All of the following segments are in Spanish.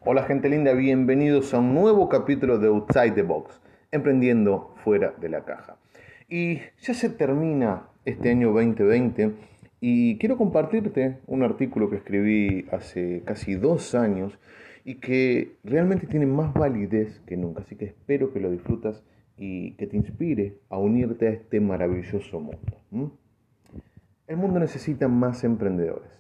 Hola gente linda, bienvenidos a un nuevo capítulo de Outside the Box, emprendiendo fuera de la caja. Y ya se termina este año 2020 y quiero compartirte un artículo que escribí hace casi 2 años y que realmente tiene más validez que nunca, así que espero que lo disfrutas y que te inspire a unirte a este maravilloso mundo. El mundo necesita más emprendedores.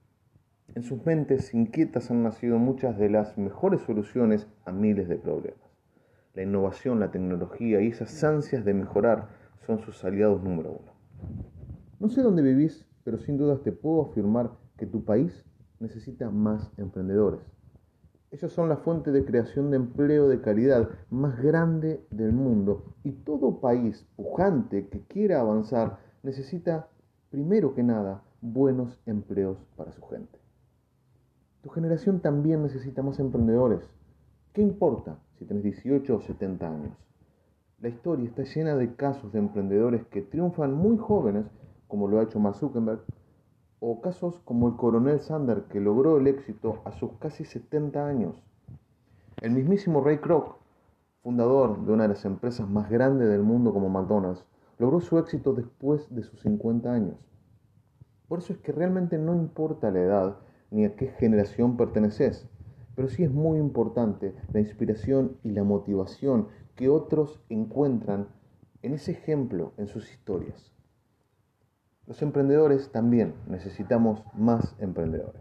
En sus mentes inquietas han nacido muchas de las mejores soluciones a miles de problemas. La innovación, la tecnología y esas ansias de mejorar son sus aliados número uno. No sé dónde vivís, pero sin dudas te puedo afirmar que tu país necesita más emprendedores. Ellos son la fuente de creación de empleo de calidad más grande del mundo y todo país pujante que quiera avanzar necesita, primero que nada, buenos empleos para su gente. Tu generación también necesita más emprendedores. ¿Qué importa si tenés 18 o 70 años? La historia está llena de casos de emprendedores que triunfan muy jóvenes, como lo ha hecho Mark Zuckerberg, o casos como el coronel Sanders, que logró el éxito a sus casi 70 años. El mismísimo Ray Kroc, fundador de una de las empresas más grandes del mundo como McDonald's, logró su éxito después de sus 50 años. Por eso es que realmente no importa la edad ni a qué generación perteneces, pero sí es muy importante la inspiración y la motivación que otros encuentran en ese ejemplo, en sus historias. Los emprendedores también necesitamos más emprendedores.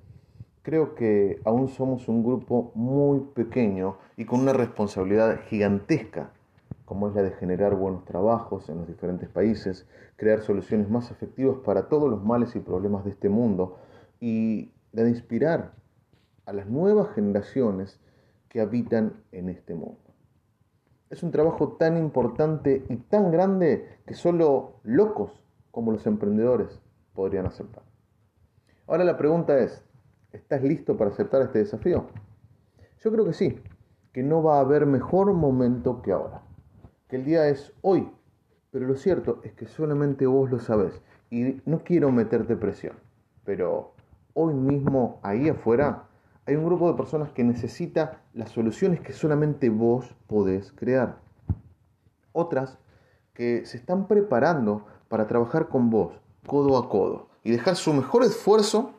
Creo que aún somos un grupo muy pequeño y con una responsabilidad gigantesca, como es la de generar buenos trabajos en los diferentes países, crear soluciones más efectivas para todos los males y problemas de este mundo y la de inspirar a las nuevas generaciones que habitan en este mundo. Es un trabajo tan importante y tan grande que solo locos como los emprendedores podrían aceptar. Ahora la pregunta es, ¿estás listo para aceptar este desafío? Yo creo que sí, que no va a haber mejor momento que ahora, que el día es hoy, pero lo cierto es que solamente vos lo sabés y no quiero meterte presión, pero hoy mismo ahí afuera hay un grupo de personas que necesita las soluciones que solamente vos podés crear. Otras que se están preparando para trabajar con vos, codo a codo, y dejar su mejor esfuerzo,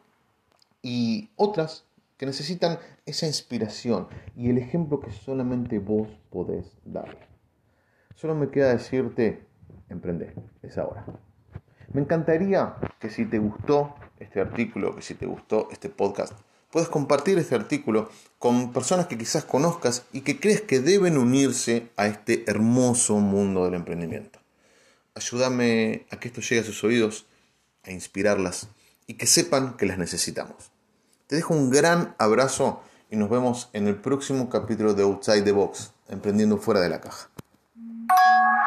y otras que necesitan esa inspiración y el ejemplo que solamente vos podés darle. Solo me queda decirte, emprende, es ahora. Me encantaría que si te gustó este artículo, que si te gustó este podcast, puedas compartir este artículo con personas que quizás conozcas y que crees que deben unirse a este hermoso mundo del emprendimiento. Ayúdame a que esto llegue a sus oídos, a inspirarlas y que sepan que las necesitamos. Te dejo un gran abrazo y nos vemos en el próximo capítulo de Outside the Box, emprendiendo fuera de la caja.